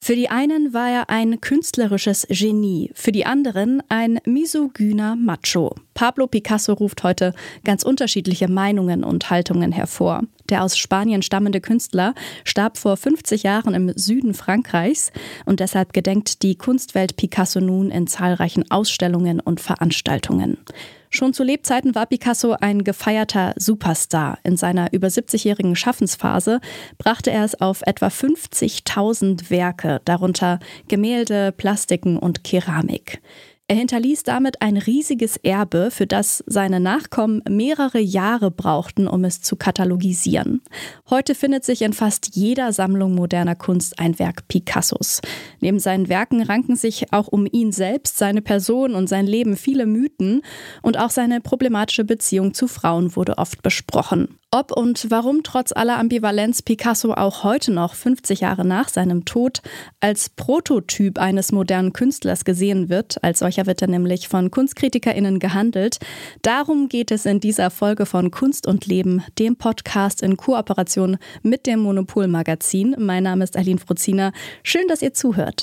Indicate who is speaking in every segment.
Speaker 1: Für die einen war er ein künstlerisches Genie, für die anderen ein misogyner Macho. Pablo Picasso ruft heute ganz unterschiedliche Meinungen und Haltungen hervor. Der aus Spanien stammende Künstler starb vor 50 Jahren im Süden Frankreichs und deshalb gedenkt die Kunstwelt Picasso nun in zahlreichen Ausstellungen und Veranstaltungen. Schon zu Lebzeiten war Picasso ein gefeierter Superstar. In seiner über 70-jährigen Schaffensphase brachte er es auf etwa 50.000 Werke, darunter Gemälde, Plastiken und Keramik. Er hinterließ damit ein riesiges Erbe, für das seine Nachkommen mehrere Jahre brauchten, um es zu katalogisieren. Heute findet sich in fast jeder Sammlung moderner Kunst ein Werk Picassos. Neben seinen Werken ranken sich auch um ihn selbst, seine Person und sein Leben viele Mythen und auch seine problematische Beziehung zu Frauen wurde oft besprochen. Ob und warum trotz aller Ambivalenz Picasso auch heute noch, 50 Jahre nach seinem Tod, als Prototyp eines modernen Künstlers gesehen wird, als solcher wird er nämlich von KunstkritikerInnen gehandelt. Darum geht es in dieser Folge von Kunst und Leben, dem Podcast in Kooperation mit dem Monopol-Magazin. Mein Name ist Aline Fruzina. Schön, dass ihr zuhört.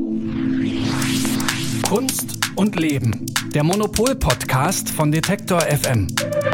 Speaker 2: Kunst und Leben, der Monopol-Podcast von Detektor FM.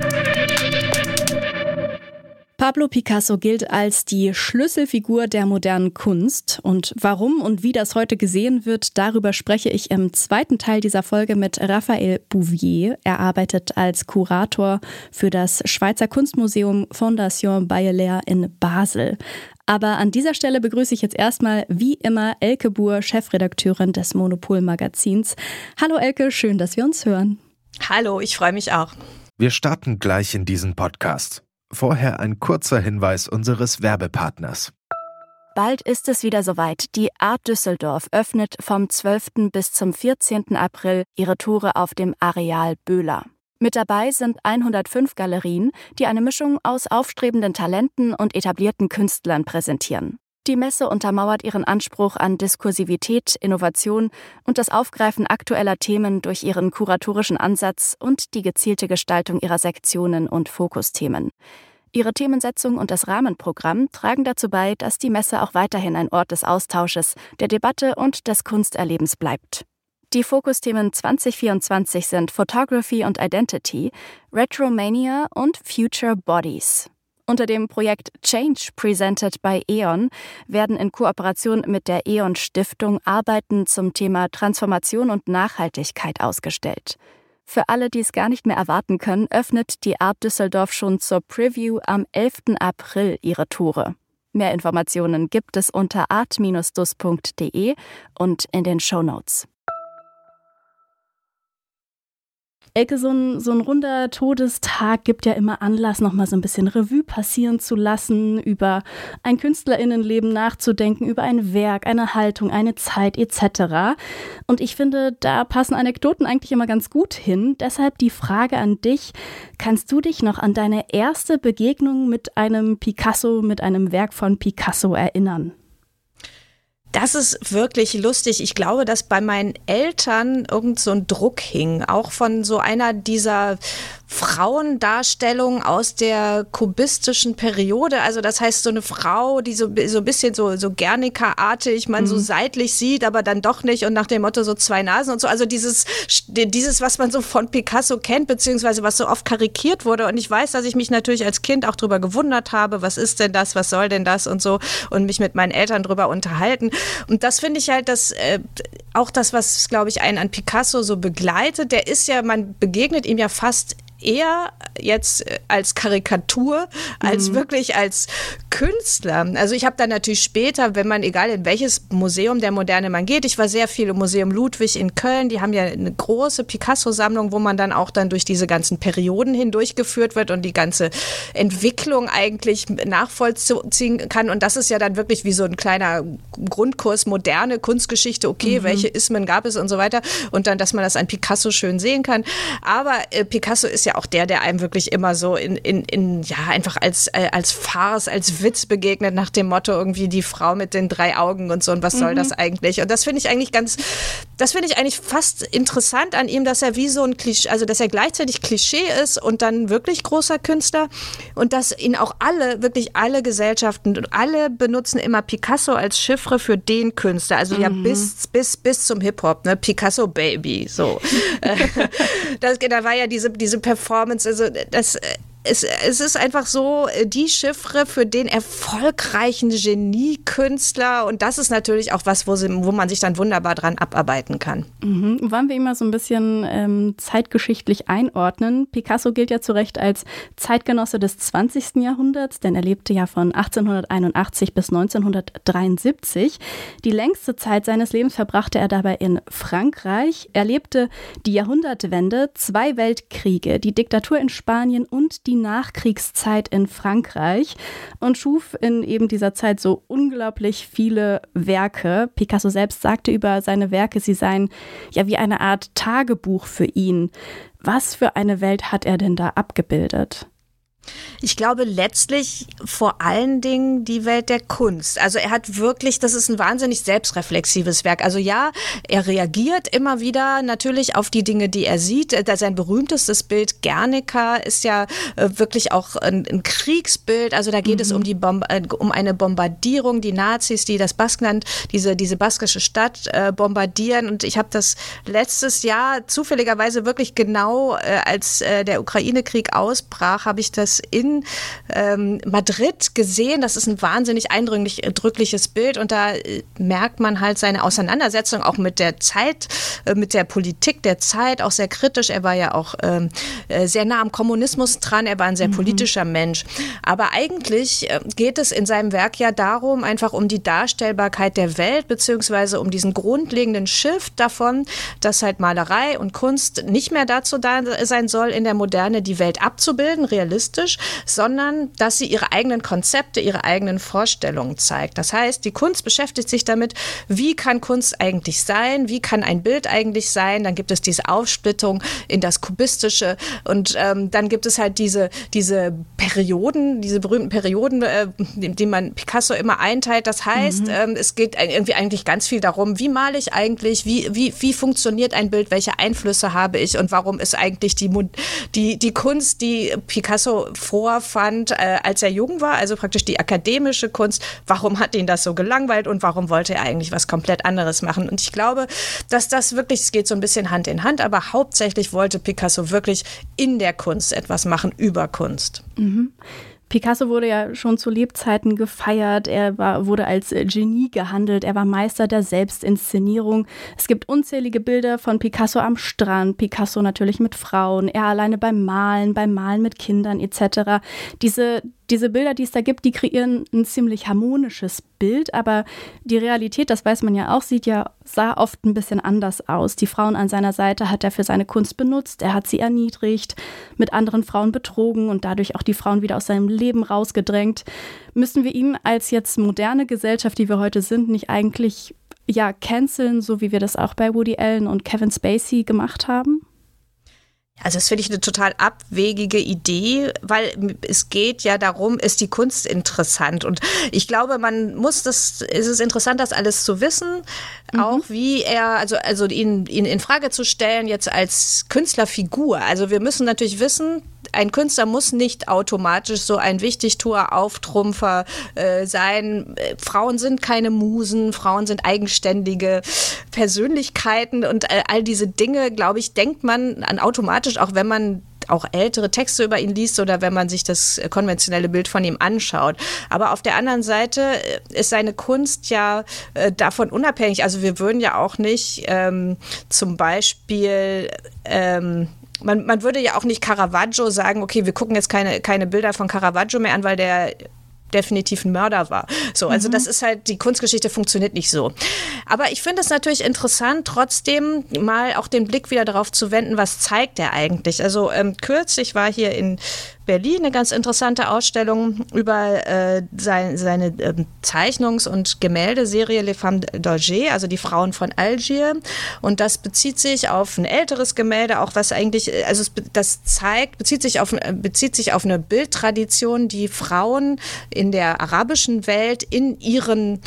Speaker 1: Pablo Picasso gilt als die Schlüsselfigur der modernen Kunst. Und warum und wie das heute gesehen wird, darüber spreche ich im zweiten Teil dieser Folge mit Raphael Bouvier. Er arbeitet als Kurator für das Schweizer Kunstmuseum Fondation Bayeler in Basel. Aber an dieser Stelle begrüße ich jetzt erstmal wie immer Elke Buhr, Chefredakteurin des Monopol-Magazins. Hallo Elke, schön, dass wir uns hören.
Speaker 3: Hallo, ich freue mich auch.
Speaker 4: Wir starten gleich in diesen Podcast. Vorher ein kurzer Hinweis unseres Werbepartners.
Speaker 1: Bald ist es wieder soweit. Die Art Düsseldorf öffnet vom 12. bis zum 14. April ihre Tore auf dem Areal Böhler. Mit dabei sind 105 Galerien, die eine Mischung aus aufstrebenden Talenten und etablierten Künstlern präsentieren. Die Messe untermauert ihren Anspruch an Diskursivität, Innovation und das Aufgreifen aktueller Themen durch ihren kuratorischen Ansatz und die gezielte Gestaltung ihrer Sektionen und Fokusthemen. Ihre Themensetzung und das Rahmenprogramm tragen dazu bei, dass die Messe auch weiterhin ein Ort des Austausches, der Debatte und des Kunsterlebens bleibt. Die Fokusthemen 2024 sind Photography und Identity, Retromania und Future Bodies. Unter dem Projekt Change Presented by E.ON werden in Kooperation mit der E.ON Stiftung Arbeiten zum Thema Transformation und Nachhaltigkeit ausgestellt. Für alle, die es gar nicht mehr erwarten können, öffnet die Art Düsseldorf schon zur Preview am 11. April ihre Tore. Mehr Informationen gibt es unter art-dus.de und in den Shownotes. Elke, so ein runder Todestag gibt ja immer Anlass, nochmal so ein bisschen Revue passieren zu lassen, über ein KünstlerInnenleben nachzudenken, über ein Werk, eine Haltung, eine Zeit etc. Und ich finde, da passen Anekdoten eigentlich immer ganz gut hin. Deshalb die Frage an dich, kannst du dich noch an deine erste Begegnung mit einem Picasso, mit einem Werk von Picasso erinnern?
Speaker 3: Das ist wirklich lustig. Ich glaube, dass bei meinen Eltern irgend so ein Druck hing, auch von so einer dieser Frauendarstellungen aus der kubistischen Periode. Also das heißt, so eine Frau, die so ein bisschen so Guernica-artig man so seitlich sieht, aber dann doch nicht und nach dem Motto so zwei Nasen und so. Also dieses, was man so von Picasso kennt, beziehungsweise was so oft karikiert wurde. Und ich weiß, dass ich mich natürlich als Kind auch drüber gewundert habe, was ist denn das, was soll denn das und so, und mich mit meinen Eltern drüber unterhalten. Und das finde ich halt, auch das, was, glaube ich, einen an Picasso so begleitet, der ist ja, man begegnet ihm ja fast eher jetzt als Karikatur, als wirklich als Künstler. Also ich habe dann natürlich später, wenn man, egal in welches Museum der Moderne man geht, ich war sehr viel im Museum Ludwig in Köln, die haben ja eine große Picasso-Sammlung, wo man dann auch dann durch diese ganzen Perioden hindurchgeführt wird und die ganze Entwicklung eigentlich nachvollziehen kann. Und das ist ja dann wirklich wie so ein kleiner Grundkurs moderne Kunstgeschichte, okay, welche Ismen gab es und so weiter. Und dann, dass man das an Picasso schön sehen kann. Aber Picasso ist ja auch der einem wirklich immer so einfach als Farce, als Witz begegnet, nach dem Motto irgendwie die Frau mit den 3 Augen und so, und was soll das eigentlich? Und das finde ich eigentlich fast interessant an ihm, dass er wie so ein Klischee, also dass er gleichzeitig Klischee ist und dann wirklich großer Künstler, und dass ihn auch wirklich alle Gesellschaften und alle benutzen immer Picasso als Chiffre für den Künstler, also ja bis zum Hip-Hop, ne? Picasso Baby, so. Da war ja diese Performance, also es ist einfach so die Chiffre für den erfolgreichen Genie-Künstler, und das ist natürlich auch was, wo man sich dann wunderbar dran abarbeiten kann.
Speaker 1: Wollen wir ihn mal so ein bisschen zeitgeschichtlich einordnen? Picasso gilt ja zu Recht als Zeitgenosse des 20. Jahrhunderts, denn er lebte ja von 1881 bis 1973. Die längste Zeit seines Lebens verbrachte er dabei in Frankreich. Er erlebte die Jahrhundertwende, 2 Weltkriege, die Diktatur in Spanien und die Nachkriegszeit in Frankreich und schuf in eben dieser Zeit so unglaublich viele Werke. Picasso selbst sagte über seine Werke, sie seien ja wie eine Art Tagebuch für ihn. Was für eine Welt hat er denn da abgebildet?
Speaker 3: Ich glaube letztlich vor allen Dingen die Welt der Kunst. Also er hat wirklich, das ist ein wahnsinnig selbstreflexives Werk. Also ja, er reagiert immer wieder natürlich auf die Dinge, die er sieht. Sein berühmtestes Bild Guernica ist ja wirklich auch ein Kriegsbild. Also da geht es um eine Bombardierung, die Nazis, die das Baskland, diese baskische Stadt bombardieren. Und ich habe das letztes Jahr zufälligerweise wirklich genau, als der Ukraine-Krieg ausbrach, habe ich das in Madrid gesehen. Das ist ein wahnsinnig eindrückliches Bild, und da merkt man halt seine Auseinandersetzung auch mit der Zeit, mit der Politik der Zeit, auch sehr kritisch. Er war ja auch sehr nah am Kommunismus dran, er war ein sehr politischer Mensch. Aber eigentlich geht es in seinem Werk ja darum, einfach um die Darstellbarkeit der Welt, beziehungsweise um diesen grundlegenden Shift davon, dass halt Malerei und Kunst nicht mehr dazu da sein soll, in der Moderne die Welt abzubilden, realistisch, sondern dass sie ihre eigenen Konzepte, ihre eigenen Vorstellungen zeigt. Das heißt, die Kunst beschäftigt sich damit, wie kann Kunst eigentlich sein, wie kann ein Bild eigentlich sein, dann gibt es diese Aufsplittung in das Kubistische, und dann gibt es halt diese Perioden, diese berühmten Perioden, die man Picasso immer einteilt. Das heißt, es geht irgendwie eigentlich ganz viel darum, wie male ich eigentlich, wie funktioniert ein Bild, welche Einflüsse habe ich, und warum ist eigentlich die Kunst, die Picasso vorfand, als er jung war, also praktisch die akademische Kunst, warum hat ihn das so gelangweilt und warum wollte er eigentlich was komplett anderes machen? Und ich glaube, dass das wirklich, es geht so ein bisschen Hand in Hand, aber hauptsächlich wollte Picasso wirklich in der Kunst etwas machen, über Kunst.
Speaker 1: Picasso wurde ja schon zu Lebzeiten gefeiert, wurde als Genie gehandelt, er war Meister der Selbstinszenierung. Es gibt unzählige Bilder von Picasso am Strand, Picasso natürlich mit Frauen, er alleine beim Malen mit Kindern etc. Diese Bilder, die es da gibt, die kreieren ein ziemlich harmonisches Bild, aber die Realität, das weiß man ja auch, sah oft ein bisschen anders aus. Die Frauen an seiner Seite hat er für seine Kunst benutzt, er hat sie erniedrigt, mit anderen Frauen betrogen und dadurch auch die Frauen wieder aus seinem Leben rausgedrängt. Müssen wir ihn als jetzt moderne Gesellschaft, die wir heute sind, nicht eigentlich canceln, so wie wir das auch bei Woody Allen und Kevin Spacey gemacht haben?
Speaker 3: Also das finde ich eine total abwegige Idee, weil es geht ja darum, ist die Kunst interessant? Und ich glaube, es ist interessant, das alles zu wissen, auch wie er, also ihn in Frage zu stellen jetzt als Künstlerfigur. Also wir müssen natürlich wissen, ein Künstler muss nicht automatisch so ein Wichtigtuer, Auftrumpfer sein. Frauen sind keine Musen, Frauen sind eigenständige Persönlichkeiten, und all diese Dinge, glaube ich, denkt man an automatisch, auch wenn man auch ältere Texte über ihn liest oder wenn man sich das konventionelle Bild von ihm anschaut. Aber auf der anderen Seite ist seine Kunst ja davon unabhängig. Also wir würden ja auch nicht zum Beispiel man würde ja auch nicht Caravaggio sagen, okay, wir gucken jetzt keine Bilder von Caravaggio mehr an, weil der definitiv ein Mörder war. So, also das ist halt, die Kunstgeschichte funktioniert nicht so. Aber ich finde es natürlich interessant, trotzdem mal auch den Blick wieder darauf zu wenden, was zeigt er eigentlich? Also kürzlich war hier in Berlin eine ganz interessante Ausstellung über seine Zeichnungs- und Gemäldeserie Les Femmes d'Alger, also die Frauen von Algier. Und das bezieht sich auf ein älteres Gemälde, auch was eigentlich, also das bezieht sich auf eine Bildtradition, die Frauen in der arabischen Welt in ihren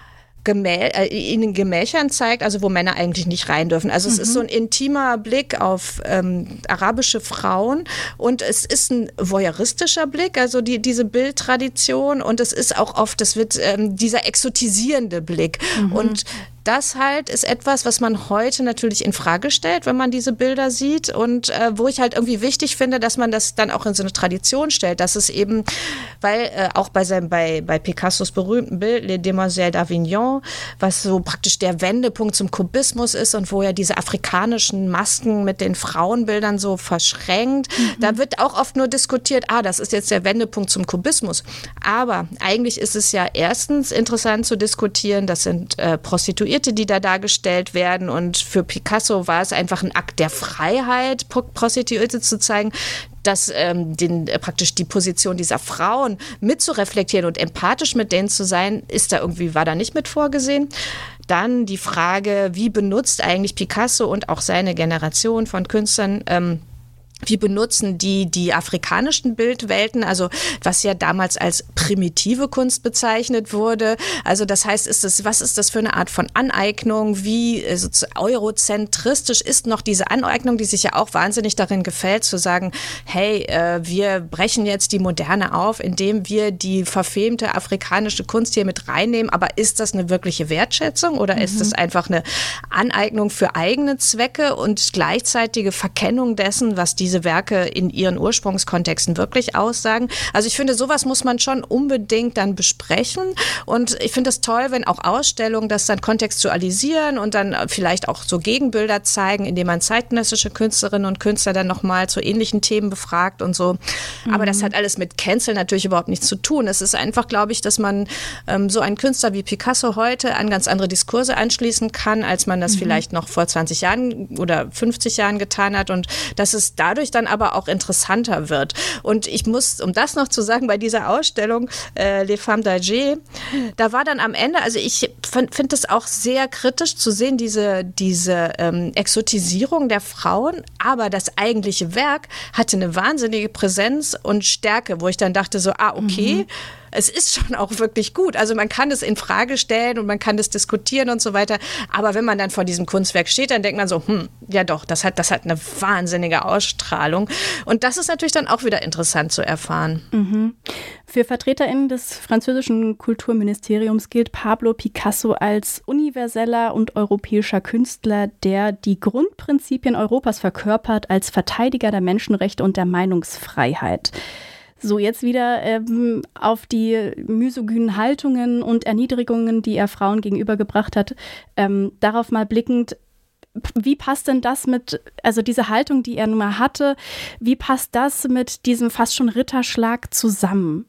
Speaker 3: Gemächern zeigt, also wo Männer eigentlich nicht rein dürfen. Also es ist so ein intimer Blick auf arabische Frauen und es ist ein voyeuristischer Blick, also diese Bildtradition, und es ist auch oft, dieser exotisierende Blick. Und das halt ist etwas, was man heute natürlich in Frage stellt, wenn man diese Bilder sieht, und wo ich halt irgendwie wichtig finde, dass man das dann auch in so eine Tradition stellt, dass es eben, weil auch bei Picassos berühmten Bild Les Demoiselles d'Avignon, was so praktisch der Wendepunkt zum Kubismus ist und wo er diese afrikanischen Masken mit den Frauenbildern so verschränkt, da wird auch oft nur diskutiert, das ist jetzt der Wendepunkt zum Kubismus. Aber eigentlich ist es ja erstens interessant zu diskutieren, das sind Prostituierte, die da dargestellt werden, und für Picasso war es einfach ein Akt der Freiheit, Prostituierte zu zeigen, dass praktisch die Position dieser Frauen mit zu reflektieren und empathisch mit denen zu sein, war da nicht mit vorgesehen. Dann die Frage, wie benutzt eigentlich Picasso und auch seine Generation von Künstlern wie benutzen die afrikanischen Bildwelten, also was ja damals als primitive Kunst bezeichnet wurde. Also das heißt, was ist das für eine Art von Aneignung? Wie eurozentristisch ist noch diese Aneignung, die sich ja auch wahnsinnig darin gefällt, zu sagen, hey, wir brechen jetzt die Moderne auf, indem wir die verfemte afrikanische Kunst hier mit reinnehmen. Aber ist das eine wirkliche Wertschätzung oder ist das einfach eine Aneignung für eigene Zwecke und gleichzeitige Verkennung dessen, was diese Werke in ihren Ursprungskontexten wirklich aussagen? Also ich finde, sowas muss man schon unbedingt dann besprechen, und ich finde es toll, wenn auch Ausstellungen das dann kontextualisieren und dann vielleicht auch so Gegenbilder zeigen, indem man zeitgenössische Künstlerinnen und Künstler dann nochmal zu ähnlichen Themen befragt und so. Aber das hat alles mit Cancel natürlich überhaupt nichts zu tun. Es ist einfach, glaube ich, dass man so einen Künstler wie Picasso heute an ganz andere Diskurse anschließen kann, als man das vielleicht noch vor 20 Jahren oder 50 Jahren getan hat, und dass es dadurch dann aber auch interessanter wird. Und ich muss, um das noch zu sagen, bei dieser Ausstellung Les Femmes d'Alger, da war dann am Ende, also ich finde es auch sehr kritisch zu sehen, diese Exotisierung der Frauen, aber das eigentliche Werk hatte eine wahnsinnige Präsenz und Stärke, wo ich dann dachte so, okay, es ist schon auch wirklich gut. Also man kann es in Frage stellen und man kann das diskutieren und so weiter. Aber wenn man dann vor diesem Kunstwerk steht, dann denkt man so, ja doch, das hat eine wahnsinnige Ausstrahlung. Und das ist natürlich dann auch wieder interessant zu erfahren.
Speaker 1: Für VertreterInnen des französischen Kulturministeriums gilt Pablo Picasso als universeller und europäischer Künstler, der die Grundprinzipien Europas verkörpert als Verteidiger der Menschenrechte und der Meinungsfreiheit. So, jetzt wieder auf die misogynen Haltungen und Erniedrigungen, die er Frauen gegenübergebracht hat, darauf mal blickend, wie passt denn das also diese Haltung, die er nun mal hatte, wie passt das mit diesem fast schon Ritterschlag zusammen?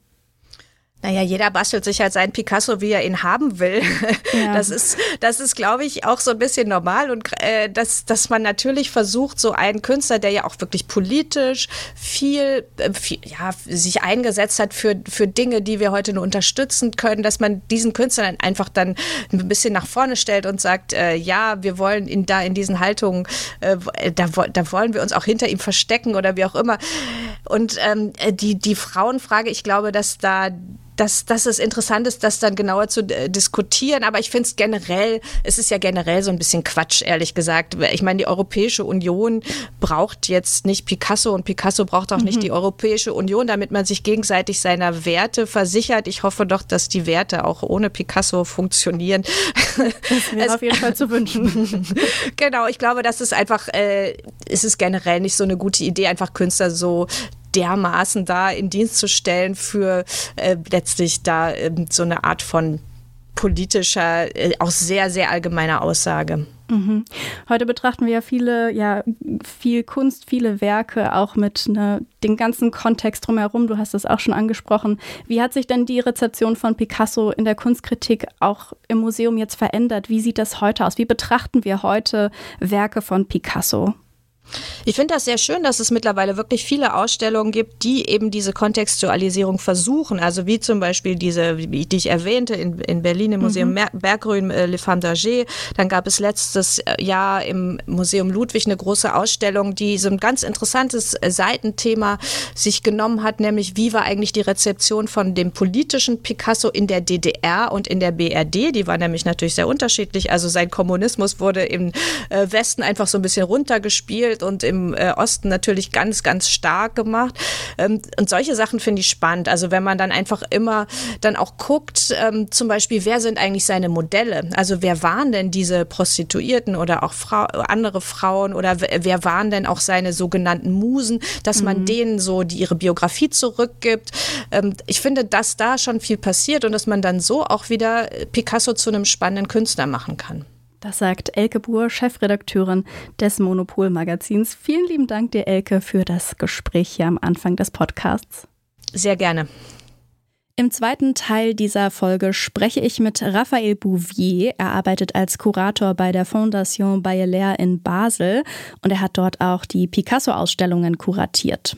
Speaker 3: Naja, jeder bastelt sich halt seinen Picasso, wie er ihn haben will. Ja. Das ist, glaube ich, auch so ein bisschen normal, und dass man natürlich versucht, so einen Künstler, der ja auch wirklich politisch viel sich eingesetzt hat für Dinge, die wir heute nur unterstützen können, dass man diesen Künstler dann einfach dann ein bisschen nach vorne stellt und sagt, wir wollen ihn da in diesen Haltungen, da wollen wir uns auch hinter ihm verstecken oder wie auch immer. Und die Frauenfrage, ich glaube, dass es interessant ist, das dann genauer zu diskutieren. Aber ich finde es ist ja generell so ein bisschen Quatsch, ehrlich gesagt. Ich meine, die Europäische Union braucht jetzt nicht Picasso, und Picasso braucht auch nicht die Europäische Union, damit man sich gegenseitig seiner Werte versichert. Ich hoffe doch, dass die Werte auch ohne Picasso funktionieren.
Speaker 1: Das wäre auf jeden Fall zu wünschen.
Speaker 3: Genau, ich glaube, das ist einfach, es ist generell nicht so eine gute Idee, einfach Künstler so dermaßen da in Dienst zu stellen für letztlich da so eine Art von politischer, auch sehr, sehr allgemeiner Aussage.
Speaker 1: Mhm. Heute betrachten wir ja viel Kunst, viele Werke, auch mit dem ganzen Kontext drumherum. Du hast es auch schon angesprochen. Wie hat sich denn die Rezeption von Picasso in der Kunstkritik auch im Museum jetzt verändert? Wie sieht das heute aus? Wie betrachten wir heute Werke von Picasso?
Speaker 3: Ich finde das sehr schön, dass es mittlerweile wirklich viele Ausstellungen gibt, die eben diese Kontextualisierung versuchen. Also wie zum Beispiel diese, die ich erwähnte, in Berlin im Museum Berggruen, Les Femmes d'Alger. Dann gab es letztes Jahr im Museum Ludwig eine große Ausstellung, die so ein ganz interessantes Seitenthema sich genommen hat, nämlich wie war eigentlich die Rezeption von dem politischen Picasso in der DDR und in der BRD. Die war nämlich natürlich sehr unterschiedlich. Also sein Kommunismus wurde im Westen einfach so ein bisschen runtergespielt und im Osten natürlich ganz, ganz stark gemacht. Und solche Sachen finde ich spannend. Also wenn man dann einfach immer dann auch guckt, zum Beispiel, wer sind eigentlich seine Modelle? Also wer waren denn diese Prostituierten oder auch andere Frauen oder wer waren denn auch seine sogenannten Musen, dass man denen so ihre Biografie zurückgibt. Ich finde, dass da schon viel passiert und dass man dann so auch wieder Picasso zu einem spannenden Künstler machen kann.
Speaker 1: Das sagt Elke Buhr, Chefredakteurin des Monopol-Magazins. Vielen lieben Dank dir, Elke, für das Gespräch hier am Anfang des Podcasts.
Speaker 3: Sehr gerne.
Speaker 1: Im zweiten Teil dieser Folge spreche ich mit Raphael Bouvier. Er arbeitet als Kurator bei der Fondation Bayeler in Basel und er hat dort auch die Picasso-Ausstellungen kuratiert.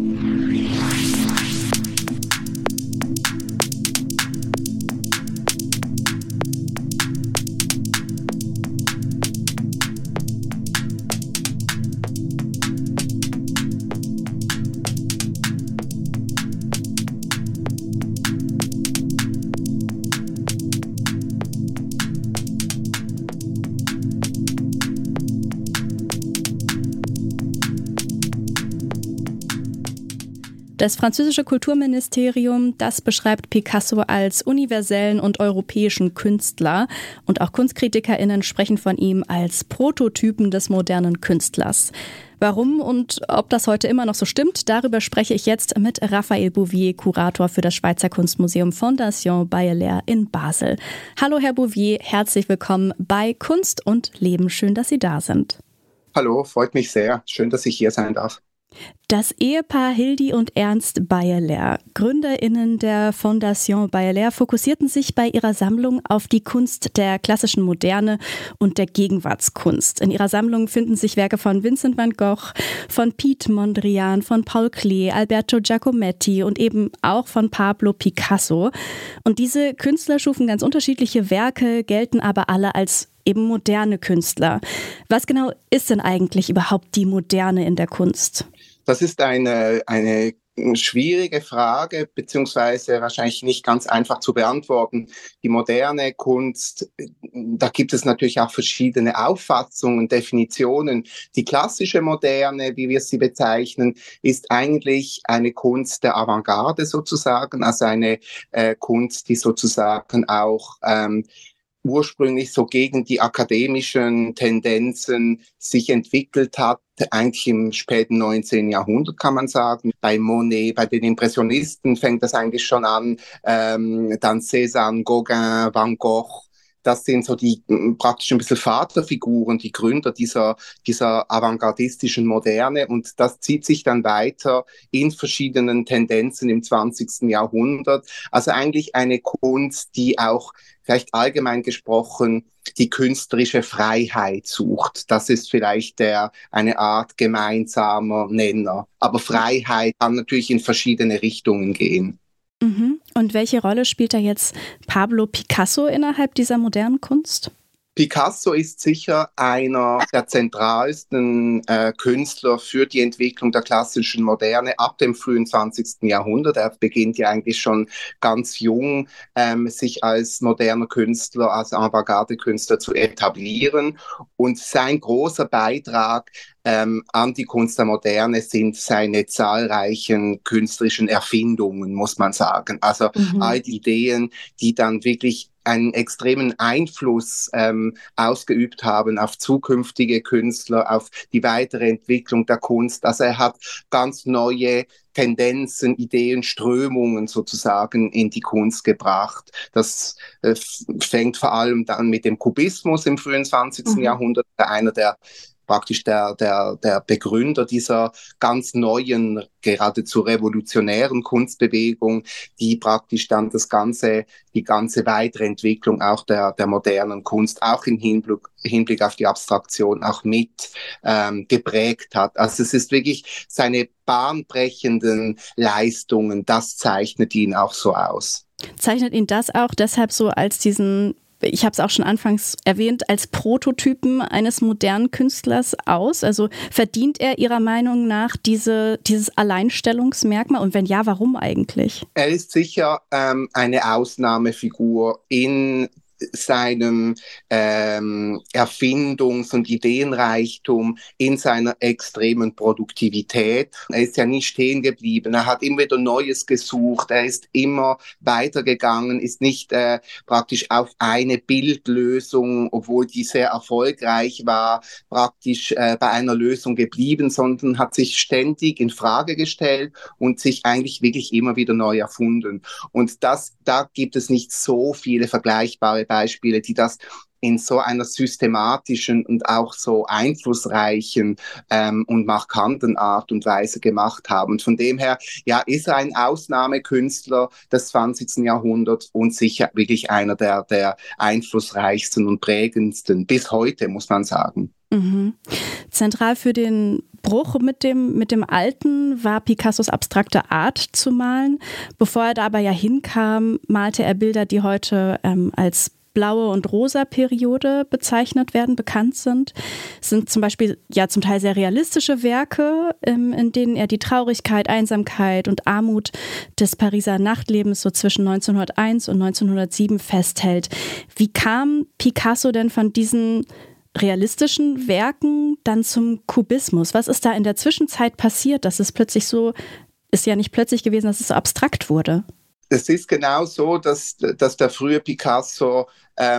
Speaker 1: Das französische Kulturministerium, das beschreibt Picasso als universellen und europäischen Künstler. Und auch KunstkritikerInnen sprechen von ihm als Prototypen des modernen Künstlers. Warum und ob das heute immer noch so stimmt, darüber spreche ich jetzt mit Raphael Bouvier, Kurator für das Schweizer Kunstmuseum Fondation Bayeler in Basel. Hallo Herr Bouvier, herzlich willkommen bei Kunst und Leben. Schön, dass Sie da sind.
Speaker 5: Hallo, freut mich sehr. Schön, dass ich hier sein darf.
Speaker 1: Das Ehepaar Hildi und Ernst Bayeler, GründerInnen der Fondation Bayeler, fokussierten sich bei ihrer Sammlung auf die Kunst der klassischen Moderne und der Gegenwartskunst. In ihrer Sammlung finden sich Werke von Vincent van Gogh, von Piet Mondrian, von Paul Klee, Alberto Giacometti und eben auch von Pablo Picasso. Und diese Künstler schufen ganz unterschiedliche Werke, gelten aber alle als eben moderne Künstler. Was genau ist denn eigentlich überhaupt die Moderne in der Kunst?
Speaker 5: Das ist eine schwierige Frage, beziehungsweise wahrscheinlich nicht ganz einfach zu beantworten. Die moderne Kunst, da gibt es natürlich auch verschiedene Auffassungen, Definitionen. Die klassische Moderne, wie wir sie bezeichnen, ist eigentlich eine Kunst der Avantgarde sozusagen, also eine Kunst, die sozusagen auch ursprünglich so gegen die akademischen Tendenzen sich entwickelt hat, eigentlich im späten 19. Jahrhundert kann man sagen. Bei Monet, bei den Impressionisten fängt das eigentlich schon an, dann Cézanne, Gauguin, Van Gogh. Das sind so die praktisch ein bisschen Vaterfiguren, die Gründer dieser avantgardistischen Moderne. Und das zieht sich dann weiter in verschiedenen Tendenzen im 20. Jahrhundert. Also eigentlich eine Kunst, die auch vielleicht allgemein gesprochen die künstlerische Freiheit sucht. Das ist vielleicht eine Art gemeinsamer Nenner. Aber Freiheit kann natürlich in verschiedene Richtungen gehen.
Speaker 1: Mhm. Und welche Rolle spielt da jetzt Pablo Picasso innerhalb dieser modernen Kunst?
Speaker 5: Picasso ist sicher einer der zentralsten Künstler für die Entwicklung der klassischen Moderne ab dem frühen 20. Jahrhundert. Er beginnt ja eigentlich schon ganz jung, sich als moderner Künstler, als Avantgarde-Künstler zu etablieren. Und sein großer Beitrag an die Kunst der Moderne sind seine zahlreichen künstlerischen Erfindungen, muss man sagen. Also all die Ideen, die dann wirklich einen extremen Einfluss ausgeübt haben auf zukünftige Künstler, auf die weitere Entwicklung der Kunst. Also er hat ganz neue Tendenzen, Ideen, Strömungen sozusagen in die Kunst gebracht. Das fängt vor allem dann mit dem Kubismus im frühen 20. Jahrhundert, einer der praktisch der Begründer dieser ganz neuen, geradezu revolutionären Kunstbewegung, die praktisch dann die ganze weitere Entwicklung auch der modernen Kunst, auch im Hinblick auf die Abstraktion, auch mit geprägt hat. Also es ist wirklich seine bahnbrechenden Leistungen, das zeichnet ihn auch so aus.
Speaker 1: Zeichnet ihn das auch deshalb so als diesen, ich habe es auch schon anfangs erwähnt, als Prototypen eines modernen Künstlers aus? Also verdient er Ihrer Meinung nach dieses Alleinstellungsmerkmal? Und wenn ja, warum eigentlich?
Speaker 5: Er ist sicher eine Ausnahmefigur in seinem Erfindungs- und Ideenreichtum, in seiner extremen Produktivität. Er ist ja nie stehen geblieben, er hat immer wieder Neues gesucht, er ist immer weitergegangen, ist nicht praktisch auf eine Bildlösung, obwohl die sehr erfolgreich war, praktisch bei einer Lösung geblieben, sondern hat sich ständig in Frage gestellt und sich eigentlich wirklich immer wieder neu erfunden. Und da gibt es nicht so viele vergleichbare Beispiele, die das in so einer systematischen und auch so einflussreichen und markanten Art und Weise gemacht haben. Von dem her, ja, ist er ein Ausnahmekünstler des 20. Jahrhunderts und sicher wirklich einer der einflussreichsten und prägendsten bis heute, muss man sagen.
Speaker 1: Mhm. Zentral für den Bruch mit dem Alten war Picassos abstrakte Art zu malen. Bevor er da aber ja hinkam, malte er Bilder, die heute als blaue und rosa Periode bezeichnet werden, bekannt sind. Es sind zum Beispiel ja zum Teil sehr realistische Werke, in denen er die Traurigkeit, Einsamkeit und Armut des Pariser Nachtlebens so zwischen 1901 und 1907 festhält. Wie kam Picasso denn von diesen realistischen Werken dann zum Kubismus? Was ist da in der Zwischenzeit passiert, dass es plötzlich so, ist ja nicht plötzlich gewesen, dass es so abstrakt wurde?
Speaker 5: Es ist genau so, dass der frühe Picasso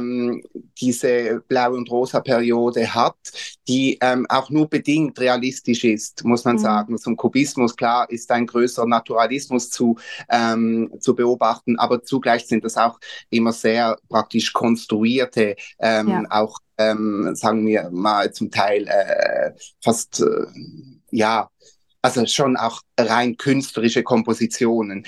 Speaker 5: diese blaue und rosa Periode hat, die auch nur bedingt realistisch ist, muss man sagen. Zum Kubismus, klar, ist ein größerer Naturalismus zu beobachten, aber zugleich sind das auch immer sehr praktisch konstruierte, auch sagen wir mal zum Teil fast, also schon auch rein künstlerische Kompositionen.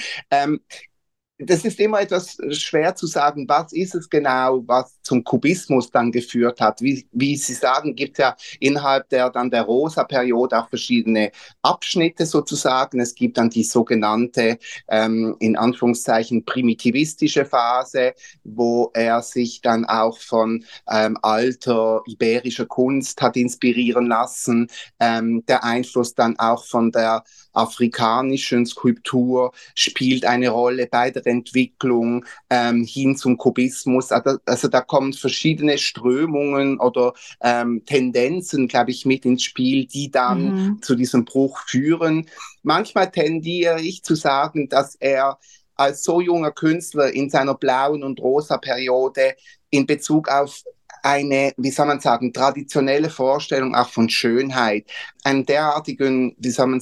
Speaker 5: Das ist immer etwas schwer zu sagen, was ist es genau, was zum Kubismus dann geführt hat. Wie Sie sagen, gibt es ja innerhalb der Rosa-Periode auch verschiedene Abschnitte sozusagen. Es gibt dann die sogenannte, in Anführungszeichen, primitivistische Phase, wo er sich dann auch von alter iberischer Kunst hat inspirieren lassen. Der Einfluss dann auch von der afrikanischen Skulptur spielt eine Rolle bei der Entwicklung hin zum Kubismus. Also da kommen verschiedene Strömungen oder Tendenzen, glaube ich, mit ins Spiel, die dann zu diesem Bruch führen. Manchmal tendiere ich zu sagen, dass er als so junger Künstler in seiner blauen und rosa Periode in Bezug auf eine, wie soll man sagen, traditionelle Vorstellung auch von Schönheit, eine derartige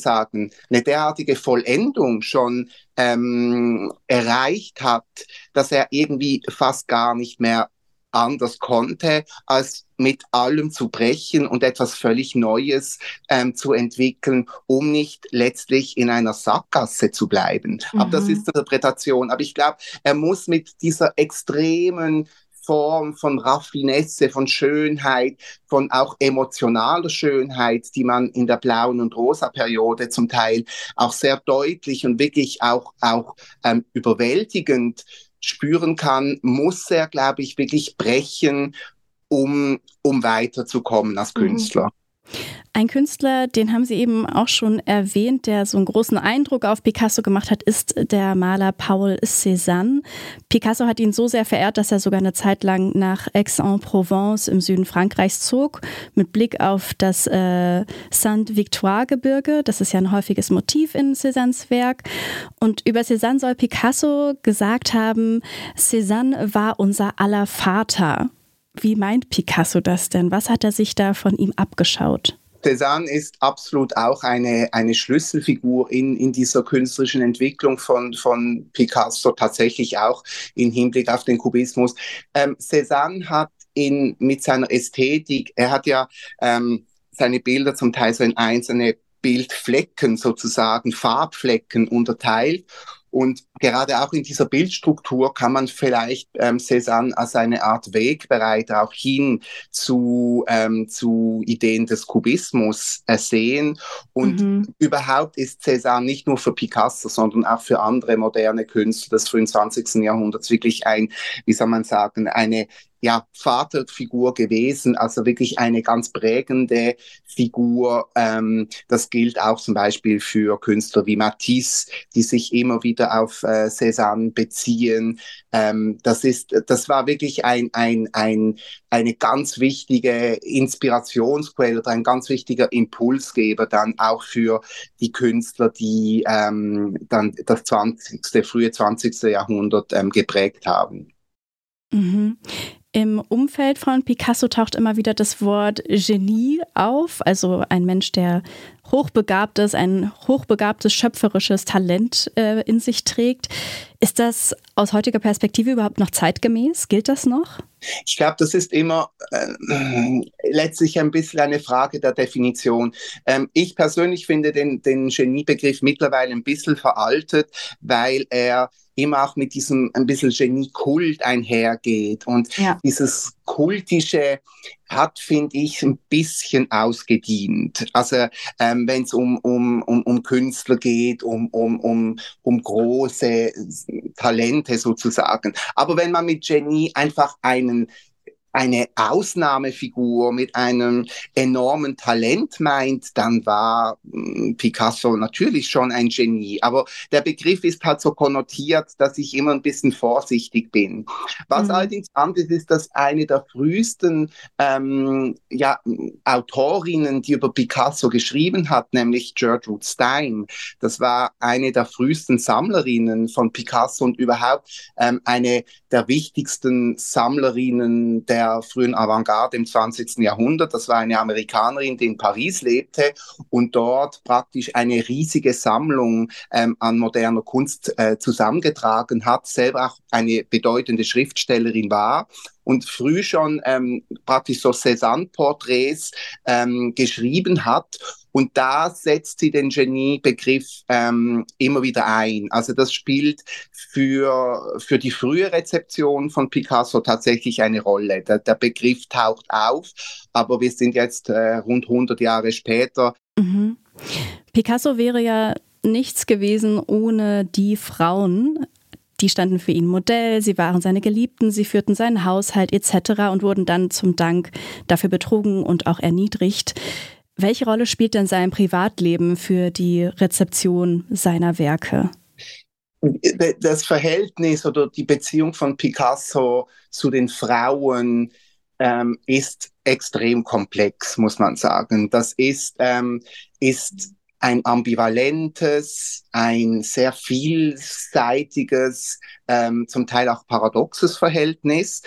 Speaker 5: Vollendung schon erreicht hat, dass er irgendwie fast gar nicht mehr anders konnte, als mit allem zu brechen und etwas völlig Neues zu entwickeln, um nicht letztlich in einer Sackgasse zu bleiben. Aber das ist eine Interpretation. Aber ich glaube, er muss mit dieser extremen Form von Raffinesse, von Schönheit, von auch emotionaler Schönheit, die man in der blauen und rosa Periode zum Teil auch sehr deutlich und wirklich auch überwältigend spüren kann, muss er, glaube ich, wirklich brechen, um weiterzukommen als Künstler.
Speaker 1: Ein Künstler, den haben Sie eben auch schon erwähnt, der so einen großen Eindruck auf Picasso gemacht hat, ist der Maler Paul Cézanne. Picasso hat ihn so sehr verehrt, dass er sogar eine Zeit lang nach Aix-en-Provence im Süden Frankreichs zog, mit Blick auf das Sainte-Victoire-Gebirge. Das ist ja ein häufiges Motiv in Cézannes Werk. Und über Cézanne soll Picasso gesagt haben, Cézanne war unser aller Vater. Wie meint Picasso das denn? Was hat er sich da von ihm abgeschaut?
Speaker 5: Cézanne ist absolut auch eine Schlüsselfigur in dieser künstlerischen Entwicklung von Picasso, tatsächlich auch im Hinblick auf den Kubismus. Cézanne hat mit seiner Ästhetik, er hat ja seine Bilder zum Teil so in einzelne Bildflecken sozusagen, Farbflecken unterteilt. Und gerade auch in dieser Bildstruktur kann man vielleicht Cézanne als eine Art Wegbereiter auch hin zu Ideen des Kubismus sehen. Und überhaupt ist Cézanne nicht nur für Picasso, sondern auch für andere moderne Künstler des frühen 20. Jahrhunderts wirklich eine Vaterfigur gewesen, also wirklich eine ganz prägende Figur. Das gilt auch zum Beispiel für Künstler wie Matisse, die sich immer wieder auf Cézanne beziehen. Das war wirklich eine ganz wichtige Inspirationsquelle oder ein ganz wichtiger Impulsgeber dann auch für die Künstler, die dann das frühe 20. Jahrhundert geprägt haben.
Speaker 1: Mhm. Im Umfeld von Picasso taucht immer wieder das Wort Genie auf, also ein Mensch, der hochbegabt ist, ein hochbegabtes schöpferisches Talent in sich trägt. Ist das aus heutiger Perspektive überhaupt noch zeitgemäß? Gilt das noch?
Speaker 5: Ich glaube, das ist immer letztlich ein bisschen eine Frage der Definition. Ich persönlich finde den Geniebegriff mittlerweile ein bisschen veraltet, weil er immer auch mit diesem ein bisschen Genie-Kult einhergeht. Und dieses Kultische hat, finde ich, ein bisschen ausgedient. Also wenn es um Künstler geht, um große Talente sozusagen. Aber wenn man mit Genie einfach eine Ausnahmefigur mit einem enormen Talent meint, dann war Picasso natürlich schon ein Genie. Aber der Begriff ist halt so konnotiert, dass ich immer ein bisschen vorsichtig bin. Was allerdings anders ist, dass eine der frühesten Autorinnen, die über Picasso geschrieben hat, nämlich Gertrude Stein, das war eine der frühesten Sammlerinnen von Picasso und überhaupt eine der wichtigsten Sammlerinnen der frühen Avantgarde im 20. Jahrhundert. Das war eine Amerikanerin, die in Paris lebte und dort praktisch eine riesige Sammlung an moderner Kunst zusammengetragen hat, selber auch eine bedeutende Schriftstellerin war und früh schon praktisch so Cézanne-Porträts geschrieben hat. Und da setzt sie den Genie-Begriff immer wieder ein. Also das spielt für die frühe Rezeption von Picasso tatsächlich eine Rolle. Der Begriff taucht auf, aber wir sind jetzt rund 100 Jahre später.
Speaker 1: Mhm. Picasso wäre ja nichts gewesen ohne die Frauen. Die standen für ihn Modell, sie waren seine Geliebten, sie führten seinen Haushalt etc. und wurden dann zum Dank dafür betrogen und auch erniedrigt. Welche Rolle spielt denn sein Privatleben für die Rezeption seiner Werke?
Speaker 5: Das Verhältnis oder die Beziehung von Picasso zu den Frauen ist extrem komplex, muss man sagen. Das ist ein ambivalentes, ein sehr vielseitiges, zum Teil auch paradoxes Verhältnis.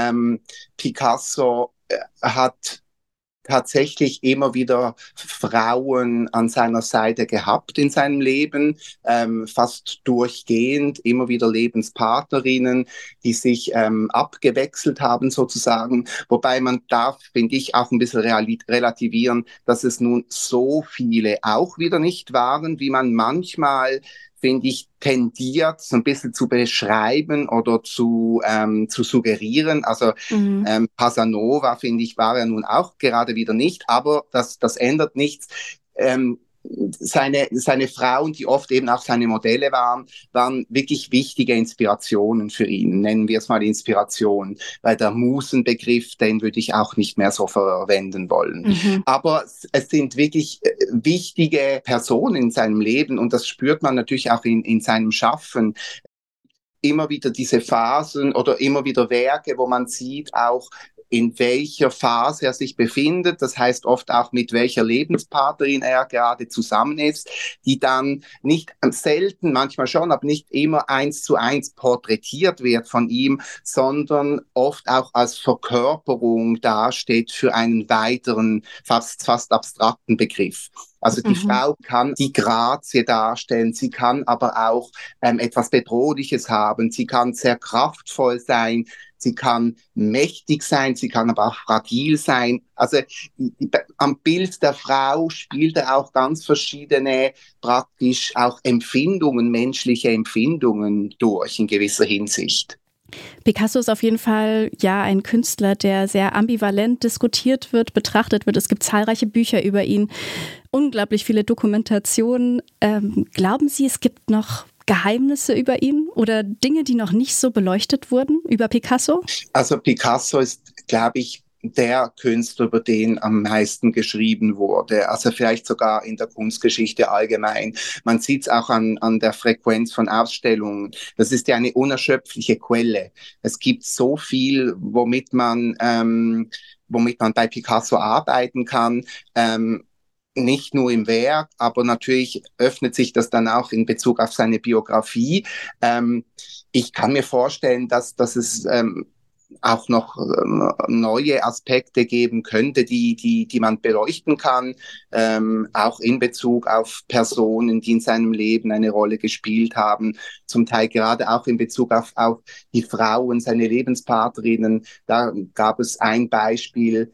Speaker 5: Picasso hat tatsächlich immer wieder Frauen an seiner Seite gehabt in seinem Leben, fast durchgehend, immer wieder Lebenspartnerinnen, die sich abgewechselt haben sozusagen. Wobei man darf, finde ich, auch ein bisschen relativieren, dass es nun so viele auch wieder nicht waren, wie man manchmal, finde ich, tendiert, so ein bisschen zu beschreiben oder zu suggerieren. Also Casanova, finde ich, war er nun auch gerade wieder nicht, aber das ändert nichts. seine Frauen, die oft eben auch seine Modelle waren wirklich wichtige Inspirationen für ihn. Nennen wir es mal Inspiration, weil der Musenbegriff, den würde ich auch nicht mehr so verwenden wollen. Aber es sind wirklich wichtige Personen in seinem Leben und das spürt man natürlich auch in seinem Schaffen. Immer wieder diese Phasen oder immer wieder Werke, wo man sieht auch, in welcher Phase er sich befindet, das heißt oft auch mit welcher Lebenspartnerin er gerade zusammen ist, die dann nicht selten, manchmal schon, aber nicht immer 1:1 porträtiert wird von ihm, sondern oft auch als Verkörperung dasteht für einen weiteren, fast abstrakten Begriff. Also die Frau kann die Grazie darstellen, sie kann aber auch etwas Bedrohliches haben, sie kann sehr kraftvoll sein, sie kann mächtig sein, sie kann aber auch fragil sein. Also am Bild der Frau spielt er auch ganz verschiedene praktisch auch Empfindungen, menschliche Empfindungen durch in gewisser Hinsicht.
Speaker 1: Picasso ist auf jeden Fall ein Künstler, der sehr ambivalent diskutiert wird, betrachtet wird. Es gibt zahlreiche Bücher über ihn, unglaublich viele Dokumentationen. Glauben Sie, es gibt noch Geheimnisse über ihn oder Dinge, die noch nicht so beleuchtet wurden über Picasso? Also
Speaker 5: Picasso ist, glaube ich, der Künstler, über den am meisten geschrieben wurde, also vielleicht sogar in der Kunstgeschichte allgemein. Man sieht es auch an der Frequenz von Ausstellungen. Das ist ja eine unerschöpfliche Quelle. Es gibt so viel, womit man bei Picasso arbeiten kann. Nicht nur im Werk, aber natürlich öffnet sich das dann auch in Bezug auf seine Biografie. Ich kann mir vorstellen, dass es auch noch neue Aspekte geben könnte, die man beleuchten kann, auch in Bezug auf Personen, die in seinem Leben eine Rolle gespielt haben, zum Teil gerade auch in Bezug auf die Frauen, seine Lebenspartnerinnen. Da gab es ein Beispiel,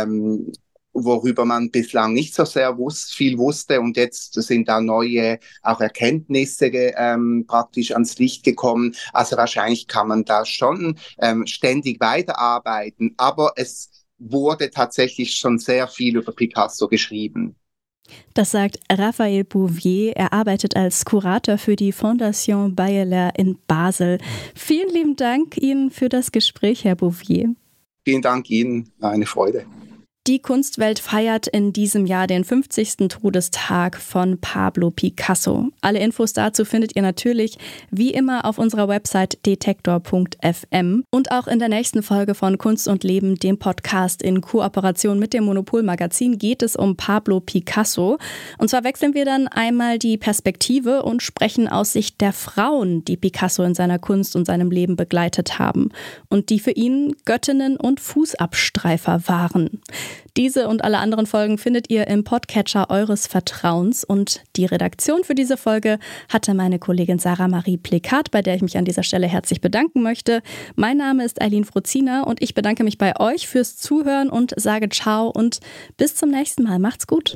Speaker 5: worüber man bislang nicht so sehr viel wusste und jetzt sind da neue auch Erkenntnisse praktisch ans Licht gekommen. Also wahrscheinlich kann man da schon ständig weiterarbeiten, aber es wurde tatsächlich schon sehr viel über Picasso geschrieben.
Speaker 1: Das sagt Raphael Bouvier. Er arbeitet als Kurator für die Fondation Bayeler in Basel. Vielen lieben Dank Ihnen für das Gespräch, Herr Bouvier.
Speaker 5: Vielen Dank Ihnen, eine Freude.
Speaker 1: Die Kunstwelt feiert in diesem Jahr den 50. Todestag von Pablo Picasso. Alle Infos dazu findet ihr natürlich wie immer auf unserer Website detektor.fm. Und auch in der nächsten Folge von Kunst und Leben, dem Podcast in Kooperation mit dem Monopol-Magazin, geht es um Pablo Picasso. Und zwar wechseln wir dann einmal die Perspektive und sprechen aus Sicht der Frauen, die Picasso in seiner Kunst und seinem Leben begleitet haben und die für ihn Göttinnen und Fußabstreifer waren. Diese und alle anderen Folgen findet ihr im Podcatcher eures Vertrauens und die Redaktion für diese Folge hatte meine Kollegin Sarah Marie Plekat, bei der ich mich an dieser Stelle herzlich bedanken möchte. Mein Name ist Eileen Fruzina und ich bedanke mich bei euch fürs Zuhören und sage ciao und bis zum nächsten Mal. Macht's gut.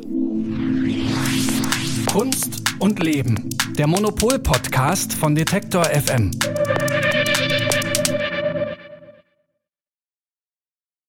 Speaker 2: Kunst und Leben, der Monopol-Podcast von Detektor FM.